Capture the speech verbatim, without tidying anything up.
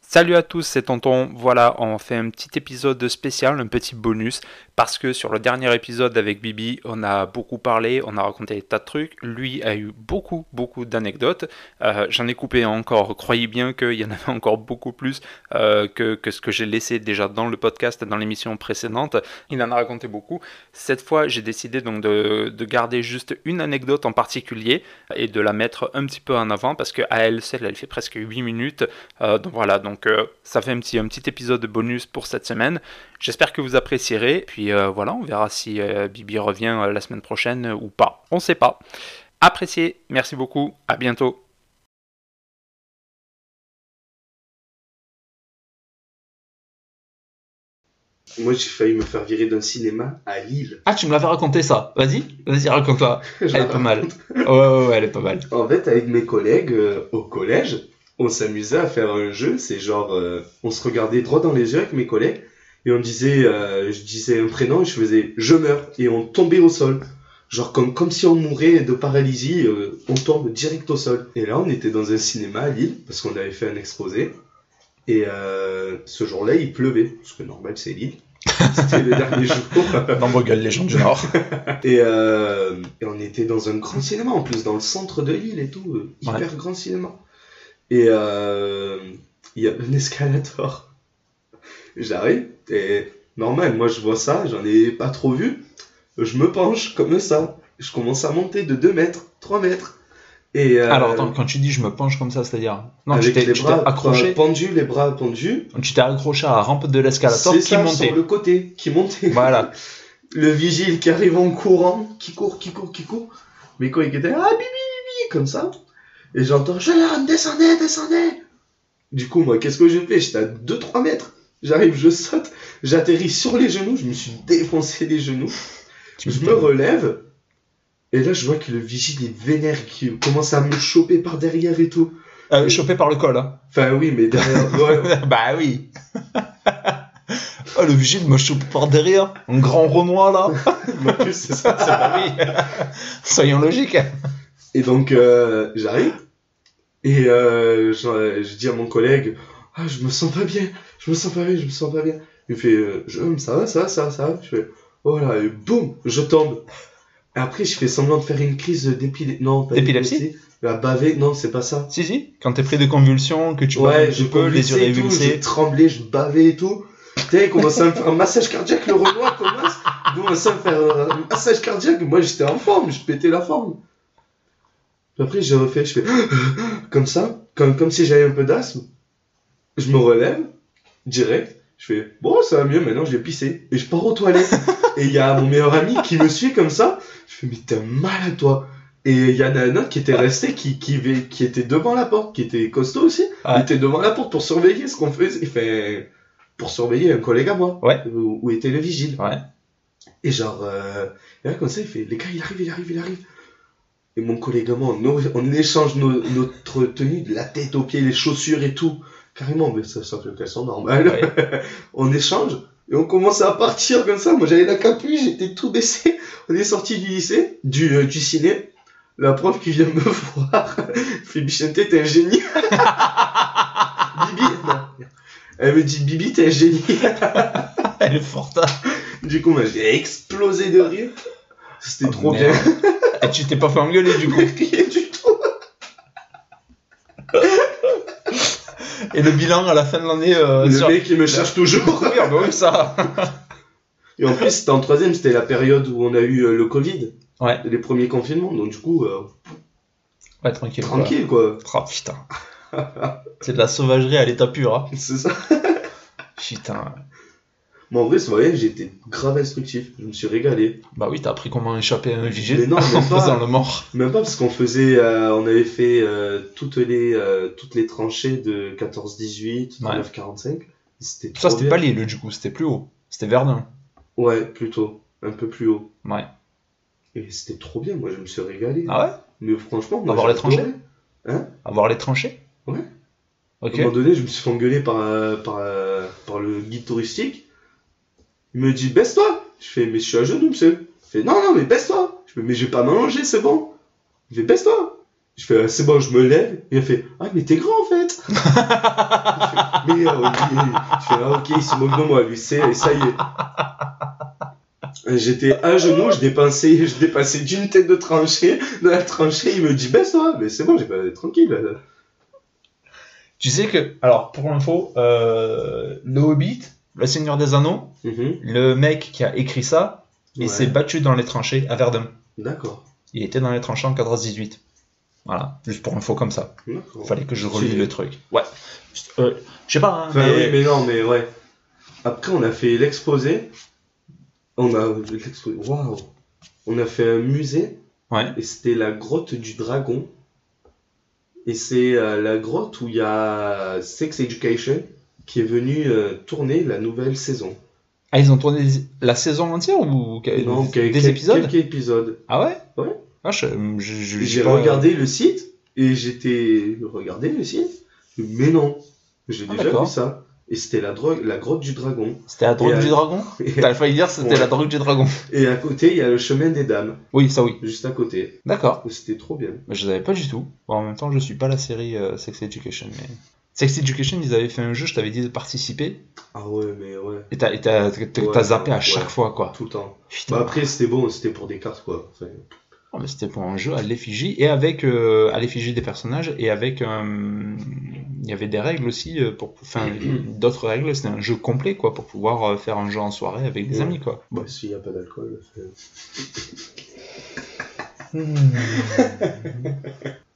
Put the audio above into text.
Salut à tous, c'est Tonton. Voilà, on fait un petit épisode spécial, un petit bonus, parce que sur le dernier épisode avec Bibi, on a beaucoup parlé, on a raconté des tas de trucs. Lui a eu beaucoup, beaucoup d'anecdotes. Euh, j'en ai coupé encore. Croyez bien qu'il y en avait encore beaucoup plus euh, que, que ce que j'ai laissé déjà dans le podcast, dans l'émission précédente. Il en a raconté beaucoup. Cette fois, j'ai décidé donc de, de garder juste une anecdote en particulier et de la mettre un petit peu en avant, parce qu'à elle seule, elle fait presque huit minutes. Euh, donc voilà, donc euh, ça fait un petit, un petit épisode de bonus pour cette semaine. J'espère que vous apprécierez. Puis euh, voilà, on verra si euh, Bibi revient euh, la semaine prochaine euh, ou pas. On sait pas. Appréciez, merci beaucoup, à bientôt. Moi, j'ai failli me faire virer d'un cinéma à Lille. Ah, tu me l'avais raconté ça. Vas-y, vas-y, raconte-toi. Elle est pas mal. Ouais, ouais, ouais, elle est pas mal. En fait, avec mes collègues euh, au collège, on s'amusait à faire un jeu. C'est genre, euh, on se regardait droit dans les yeux avec mes collègues et on disait, euh, je disais un prénom et je faisais je meurs et on tombait au sol. Genre comme, comme si on mourait de paralysie, euh, on tombe direct au sol. Et là, on était dans un cinéma à Lille parce qu'on avait fait un exposé. Et euh, ce jour-là, il pleuvait, parce que normal, c'est Lille. C'était le dernier jour. Dans Bourgogne, les gens du Nord. Et, euh, et on était dans un grand cinéma, en plus, dans le centre de Lille et tout. euh, Hyper Ouais. grand cinéma. Et euh, il y a un escalator. J'arrive, et normal, moi je vois ça, j'en ai pas trop vu. Je me penche comme ça. Je commence à monter de deux mètres, trois mètres. Et, euh, Alors, attends, quand tu dis je me penche comme ça, c'est-à-dire. Non, tu avec t'es les tu t'es bras accroché. pendus, les bras pendus. Tu t'es accroché à la rampe de l'escalator C'est qui ça, montait. sur le côté, qui montait. Voilà. Le vigile qui arrive en courant, qui court, qui court, qui court. Mes collègues étaient ah bibi bibi comme ça. Et j'entends je l'aime, descendez, descendez. Du coup moi qu'est-ce que j'ai fait? J'étais à deux trois mètres. J'arrive, je saute, j'atterris sur les genoux, je me suis défoncé les genoux. Tu Je me relève. Et là je vois que le vigile est vénère, qui commence à me choper par derrière et tout. Euh, chopé par le col, hein. Enfin oui mais derrière. Ouais. Bah oui. Oh, le vigile me chope par derrière. Un grand Renoir, là. En plus c'est ça. C'est pas oui. Soyons logiques. Et donc euh, j'arrive et euh, je, je dis à mon collègue ah je me sens pas bien, je me sens pas bien, je me sens pas bien. Il me fait euh, je, ça va, ça va, ça va, ça va. Je fais oh là et boum je tombe. Et après je fais semblant de faire une crise d'épilepsie. Non pas D'épilepsie. La baver non c'est pas ça. Si, si. Quand t'es pris de convulsions, que tu vois Ouais un je petit peu les yeux convulsais et tout, je révulsés. tremblais, je bavais et tout. Putain il commençait à me faire un massage cardiaque, le Renoir commence, il commençait à me faire un massage cardiaque. Moi j'étais en forme, je pétais la forme. Après, j'ai refait, je fais comme ça, comme, comme si j'avais un peu d'asthme. Je me relève, direct, je fais bon, ça va mieux, maintenant je vais pisser. Et je pars aux toilettes. Et il y a mon meilleur ami qui me suit comme ça. Je fais mais t'es malade toi. Et il y en a un autre qui était resté, qui, qui, qui était devant la porte, qui était costaud aussi. Ouais. Il était devant la porte pour surveiller ce qu'on faisait. Il fait pour surveiller un collègue à moi. Ouais. Où, où était le vigile. Ouais. Et genre, euh, et là comme ça, il fait les gars, il arrive, il arrive, il arrive. Et mon collègue et moi, on, on échange nos, notre tenue, de la tête aux pieds, les chaussures et tout. Carrément, mais ça, ça fait qu'elles sont normales. Ouais. On échange et on commence à partir comme ça. Moi, j'avais la capuche, j'étais tout baissé. On est sorti du lycée, du, euh, du ciné. La prof qui vient me voir fait Bichente, t'es un génie. Bibi, non. Elle me dit Bibi, t'es un génie. Elle est forte. Hein. Du coup, moi, j'ai explosé de rire. C'était Oh, trop merde. bien. Et tu t'es pas fait engueuler du coup. Rien du tout. Et le bilan à la fin de l'année. Euh, Le sur... mec, il me cherche toujours. Oui, bah oui, ça. Et en plus, c'était en troisième, c'était la période où on a eu euh, le Covid, Ouais. les premiers confinements. Donc, du coup, euh, Ouais, tranquille. tranquille, quoi. Quoi. Oh putain. C'est de la sauvagerie à l'état pur. Hein. C'est ça. Putain. Mais en vrai, ce voyage, j'ai été grave instructif. Je me suis régalé. Bah oui, t'as appris comment échapper à un vigile Mais non, en même pas. faisant le mort. Même pas parce qu'on faisait, euh, on avait fait euh, toutes les euh, toutes les tranchées de quatorze dix-huit, Ouais. neuf quarante-cinq. C'était Ça, trop c'était bien. pas Lille du coup, c'était plus haut. C'était Verdun. Ouais, plutôt. Un peu plus haut. Ouais. Et c'était trop bien, moi je me suis régalé. Ah ouais. Mais franchement, moi Avoir j'ai les tranchées adoré. Hein? Avoir les tranchées. Ouais. Ok. À un moment donné, je me suis fait engueuler par, euh, par, euh, par le guide touristique. Il me dit, baisse-toi. Je fais, mais je suis à genoux, monsieur. Il fait, non, non, mais baisse-toi. Je fais, mais je vais pas m'allonger, c'est bon. Il fait, baisse-toi. Je fais, ah, c'est bon, je me lève. Et il fait, ah, mais t'es grand en fait. Mais euh, lui, je fais, ah, ok, il se moque de moi, lui, c'est, ça y est. J'étais à genoux, je dépensais, je dépassais d'une tête de tranchée. Dans la tranchée, il me dit, baisse-toi, mais c'est bon, j'ai pas tranquille. Tu sais que, alors, pour l'info, euh, le Hobbit, le Seigneur des Anneaux, Mm-hmm. le mec qui a écrit ça, il Ouais. s'est battu dans les tranchées à Verdun. D'accord. Il était dans les tranchées en quatorze dix-huit. Voilà, juste pour info comme ça. D'accord. Fallait que je relis Stylé. le truc. Ouais. Euh, je sais pas, hein, Enfin, mais... oui, mais non, mais ouais. Après, on a fait l'exposé. On a l'exposé. Waouh. On a fait un musée Ouais. et c'était la grotte du dragon. Et c'est euh, la grotte où il y a Sex Education qui est venu euh, tourner la nouvelle saison. Ah, ils ont tourné des- la saison entière ou que- Non, des, quel- des quel- épisodes Quelques épisodes. Ah ouais Ouais. Ah, je, je, je- J'ai pas- regardé le site et j'étais regardé le site. Mais non, j'ai Ah, déjà d'accord. vu ça. Et c'était la, drogue, la grotte du dragon. C'était la drogue Et, du euh, dragon T'as failli dire c'était Ouais. la drogue du dragon. Et à côté, il y a le chemin des dames, Oui, ça oui. juste à côté. D'accord. C'était trop bien. Mais je savais pas du tout. Bon, en même temps, je suis pas la série euh, Sex Education. Mais... Sex Education, ils avaient fait un jeu, je t'avais dit de participer. Ah ouais, mais ouais, Et t'as, et t'as, t'as, Ouais, t'as zappé à ouais. chaque fois, quoi. tout le temps. Putain. Bah après, c'était bon, c'était pour des cartes, quoi. Enfin, Oh, mais c'était pour un jeu à l'effigie et avec euh, à l'effigie des personnages et avec euh, il y avait des règles aussi euh, pour enfin d'autres règles, c'était un jeu complet quoi pour pouvoir euh, faire un jeu en soirée avec des Ouais. amis quoi. bah, s'il n'y a pas d'alcool. enfin,